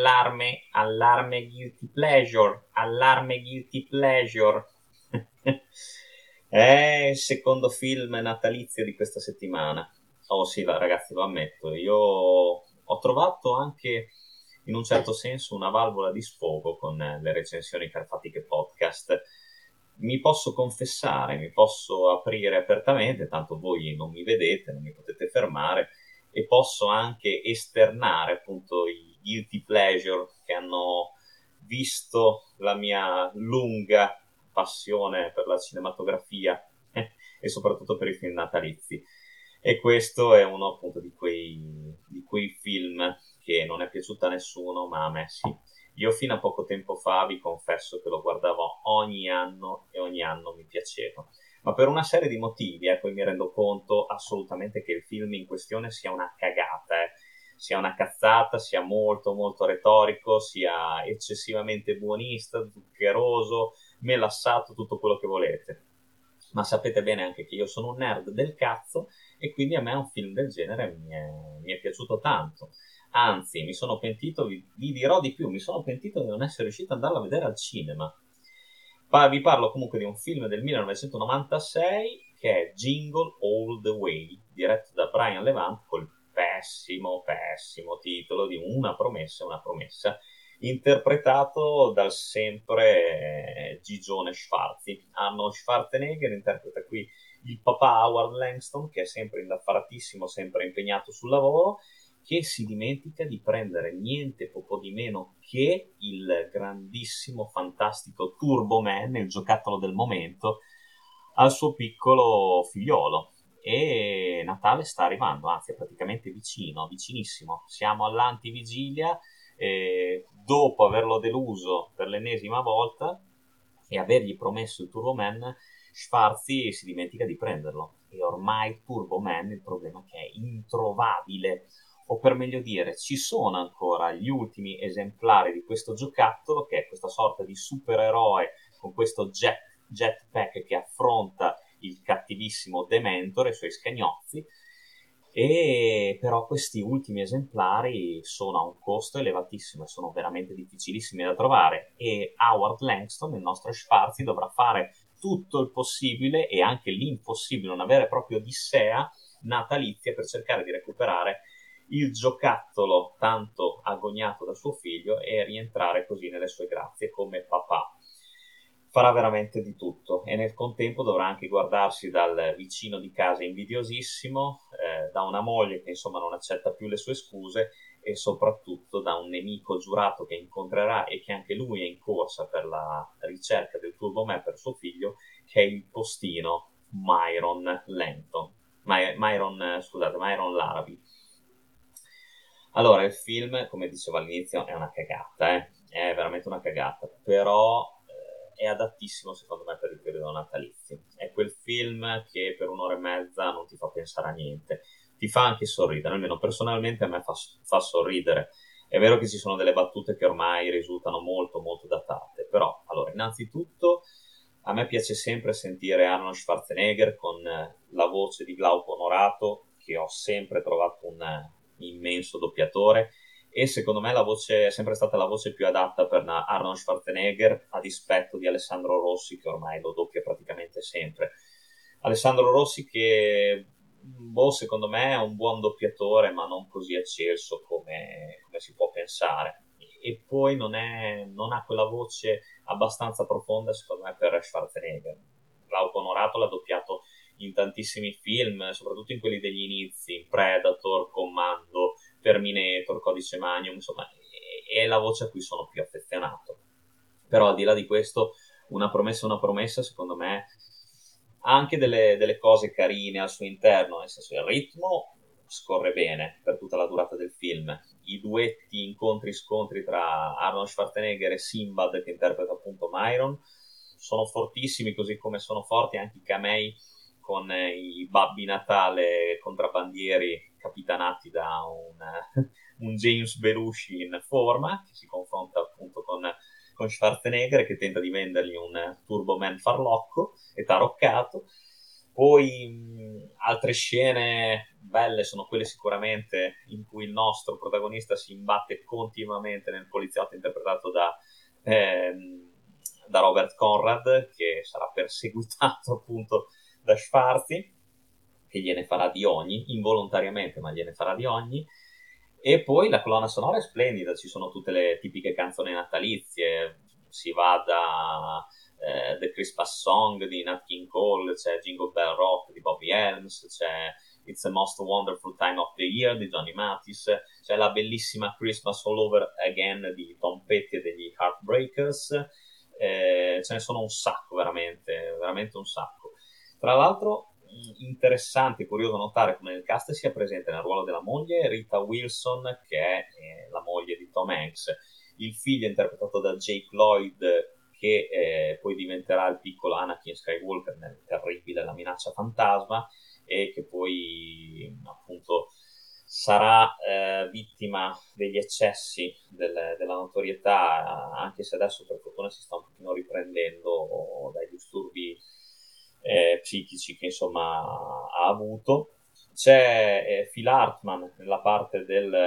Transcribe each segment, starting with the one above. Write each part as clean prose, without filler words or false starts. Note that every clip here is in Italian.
allarme guilty pleasure, allarme guilty pleasure. È il secondo film natalizio di questa settimana. Oh sì, ragazzi, lo ammetto, io ho trovato anche in un certo senso una valvola di sfogo con le recensioni Carfatiche Podcast. Mi posso confessare, mi posso aprire apertamente, tanto voi non mi vedete, non mi potete fermare, e posso anche esternare appunto i guilty pleasure che hanno visto la mia lunga passione per la cinematografia e soprattutto per i film natalizi. E questo è uno appunto di quei film che non è piaciuto a nessuno, ma a me sì. Io fino a poco tempo fa vi confesso che lo guardavo ogni anno e ogni anno mi piaceva. Ma per una serie di motivi, poi mi rendo conto assolutamente che il film in questione sia una cagata, sia una cazzata, sia molto molto retorico, sia eccessivamente buonista, zuccheroso, melassato, tutto quello che volete. Ma sapete bene anche che io sono un nerd del cazzo e quindi a me un film del genere mi è piaciuto tanto. Anzi, mi sono pentito, vi dirò di più, mi sono pentito di non essere riuscito ad andarlo a vedere al cinema. Vi parlo comunque di un film del 1996 che è Jingle All the Way, diretto da Brian Levant col pessimo, pessimo titolo di Una promessa, una promessa, interpretato dal sempre Gigione Sfarzi. Arnold Schwarzenegger interpreta qui il papà Howard Langston, che è sempre indaffaratissimo, sempre impegnato sul lavoro, che si dimentica di prendere niente poco di meno che il grandissimo, fantastico Turbo Man, il giocattolo del momento, al suo piccolo figliolo. E Natale sta arrivando, anzi è praticamente vicino, vicinissimo. Siamo all'antivigilia, dopo averlo deluso per l'ennesima volta e avergli promesso il Turbo Man, Schwarzi si dimentica di prenderlo. E ormai Turbo Man, il problema è che è introvabile, o per meglio dire, ci sono ancora gli ultimi esemplari di questo giocattolo, che è questa sorta di supereroe con questo jetpack che affronta il cattivissimo Dementor e i suoi scagnozzi, e però questi ultimi esemplari sono a un costo elevatissimo e sono veramente difficilissimi da trovare, e Howard Langston, il nostro Schwarzi, dovrà fare tutto il possibile e anche l'impossibile, una vera e propria odissea natalizia per cercare di recuperare il giocattolo tanto agognato da suo figlio e rientrare così nelle sue grazie come papà. Farà veramente di tutto e nel contempo dovrà anche guardarsi dal vicino di casa invidiosissimo, da una moglie che insomma non accetta più le sue scuse e soprattutto da un nemico giurato che incontrerà e che anche lui è in corsa per la ricerca del Turbo Man per suo figlio, che è il postino Myron Lenton. Myron Larabi. Allora, il film, come dicevo all'inizio, è una cagata, è veramente una cagata, però è adattissimo secondo me per il periodo natalizio. È quel film che per un'ora e mezza non ti fa pensare a niente, ti fa anche sorridere, almeno personalmente a me fa sorridere. È vero che ci sono delle battute che ormai risultano molto molto datate, però, allora, innanzitutto a me piace sempre sentire Arnold Schwarzenegger con la voce di Glauco Onorato, che ho sempre trovato un immenso doppiatore, e secondo me la voce è sempre stata la voce più adatta per Arnold Schwarzenegger, a dispetto di Alessandro Rossi, che ormai lo doppia praticamente sempre. Alessandro Rossi che secondo me è un buon doppiatore, ma non così eccelso come si può pensare, e poi non ha quella voce abbastanza profonda secondo me per Schwarzenegger. Glauco Onorato l'ha doppiato in tantissimi film, soprattutto in quelli degli inizi, Predator, Commando, Terminator, Codice Magnum, insomma è la voce a cui sono più affezionato. Però al di là di questo, una promessa secondo me ha anche delle cose carine al suo interno, nel senso il ritmo scorre bene per tutta la durata del film, i duetti, incontri, scontri tra Arnold Schwarzenegger e Sinbad, che interpreta appunto Myron, sono fortissimi, così come sono forti anche i camei con i Babbi Natale contrabbandieri capitanati da un James Belushi in forma, che si confronta appunto con Schwarzenegger, che tenta di vendergli un Turbo Man farlocco e taroccato. Poi altre scene belle sono quelle sicuramente in cui il nostro protagonista si imbatte continuamente nel poliziotto interpretato da Robert Conrad, che sarà perseguitato appunto da Schwarzy, che gliene farà di ogni, involontariamente, ma gliene farà di ogni. E poi la colonna sonora è splendida, ci sono tutte le tipiche canzoni natalizie, si va da The Christmas Song di Nat King Cole, c'è Jingle Bell Rock di Bobby Helms, c'è It's the Most Wonderful Time of the Year di Johnny Mathis, c'è la bellissima Christmas All Over Again di Tom Petty e degli Heartbreakers, ce ne sono un sacco, veramente, veramente un sacco. Tra l'altro interessante e curioso notare come nel cast sia presente nel ruolo della moglie Rita Wilson, che è la moglie di Tom Hanks, il figlio interpretato da Jake Lloyd, che poi diventerà il piccolo Anakin Skywalker nel terribile La minaccia fantasma, e che poi appunto sarà vittima degli eccessi della notorietà, anche se adesso per fortuna si sta un pochino riprendendo dai disturbi psichici che insomma ha avuto. C'è Phil Hartman nella parte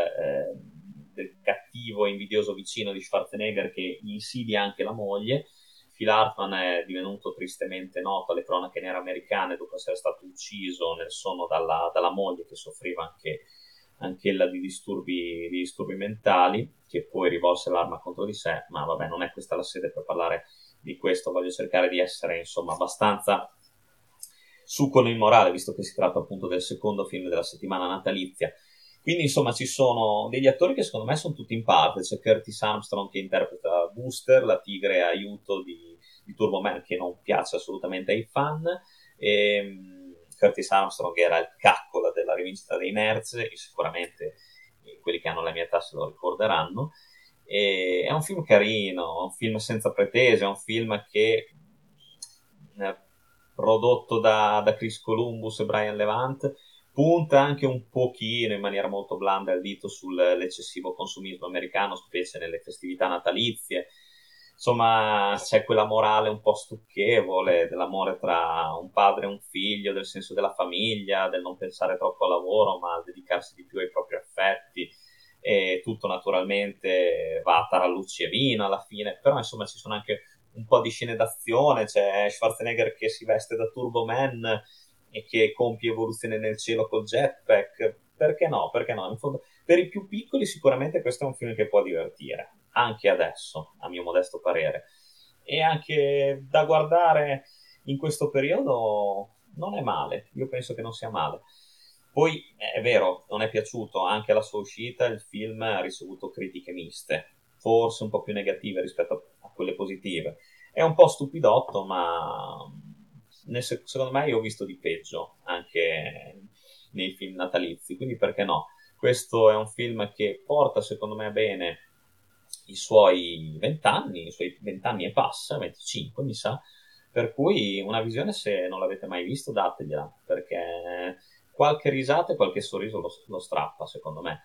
del cattivo e invidioso vicino di Schwarzenegger che insidia anche la moglie. Phil Hartman è divenuto tristemente noto alle cronache nere americane dopo essere stato ucciso nel sonno dalla moglie, che soffriva anch'ella di disturbi mentali, che poi rivolse l'arma contro di sé. Ma vabbè, non è questa la sede per parlare di questo. Voglio cercare di essere insomma abbastanza su con il morale, visto che si tratta appunto del secondo film della settimana natalizia. Quindi insomma ci sono degli attori che secondo me sono tutti in parte. C'è Curtis Armstrong che interpreta Booster, la tigre aiuto di Turbo Man, che non piace assolutamente ai fan. Curtis Armstrong era il caccola della rivincita dei Nerds, e sicuramente quelli che hanno la mia età se lo ricorderanno. È un film carino, è un film senza pretese, è un film che prodotto da Chris Columbus e Brian Levant punta anche un pochino in maniera molto blanda il dito sull'eccessivo consumismo americano, specie nelle festività natalizie. Insomma, c'è quella morale un po' stucchevole dell'amore tra un padre e un figlio, del senso della famiglia, del non pensare troppo al lavoro ma dedicarsi di più ai propri affetti, e tutto naturalmente va a tarallucci e vino alla fine. Però insomma ci sono anche un po' di scene d'azione, c'è Schwarzenegger che si veste da Turbo Man e che compie evoluzione nel cielo col jetpack. Perché no? Perché no? In fondo, per i più piccoli sicuramente questo è un film che può divertire, anche adesso, a mio modesto parere. E anche da guardare in questo periodo non è male, io penso che non sia male. Poi è vero, non è piaciuto, anche alla sua uscita il film ha ricevuto critiche miste, forse un po' più negative rispetto a quelle positive. È un po' stupidotto, ma secondo me io ho visto di peggio anche nei film natalizi, quindi perché no? Questo è un film che porta secondo me bene i suoi 20 anni, i suoi 20 anni e passa, 25 mi sa, per cui una visione, se non l'avete mai visto, dategliela, perché qualche risata e qualche sorriso lo strappa secondo me.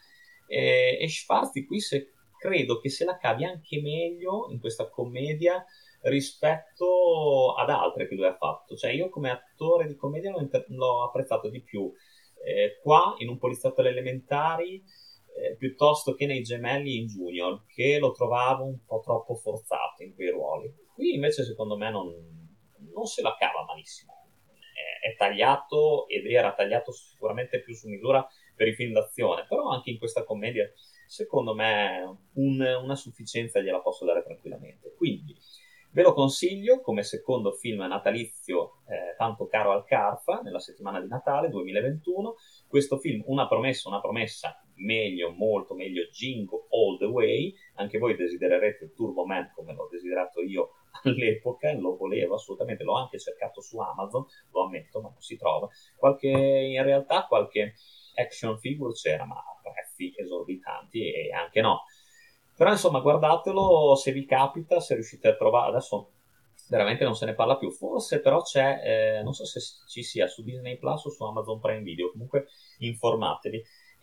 E Schwarzi qui credo che se la cavi anche meglio in questa commedia rispetto ad altre che lui ha fatto. Cioè io come attore di commedia l'ho apprezzato di più qua in Un poliziotto alle elementari piuttosto che nei Gemelli in Junior, che lo trovavo un po' troppo forzato in quei ruoli. Qui invece secondo me non se la cava malissimo. È tagliato, ed era tagliato sicuramente più su misura per i film d'azione, però anche in questa commedia secondo me una sufficienza gliela posso dare tranquillamente. Quindi ve lo consiglio come secondo film natalizio tanto caro al Carfa nella settimana di Natale 2021. Questo film, una promessa, meglio, molto meglio Jingle All the Way. Anche voi desidererete il Turbo Man come l'ho desiderato io all'epoca, lo volevo assolutamente, l'ho anche cercato su Amazon, lo ammetto, ma non si trova. In realtà qualche action figure c'era, ma a prezzi esorbitanti, e anche no. Però insomma guardatelo se vi capita, se riuscite a trovare. Adesso veramente non se ne parla più, forse però c'è, non so se ci sia su Disney Plus o su Amazon Prime Video, comunque informatevi.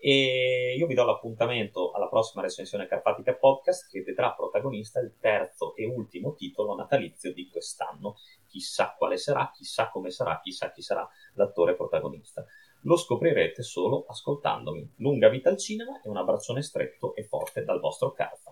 E io vi do l'appuntamento alla prossima recensione Carpatica Podcast, che vedrà protagonista il terzo e ultimo titolo natalizio di quest'anno. Chissà quale sarà, chissà come sarà, chissà chi sarà l'attore protagonista. Lo scoprirete solo ascoltandomi. Lunga vita al cinema e un abbraccione stretto e forte dal vostro Carlo.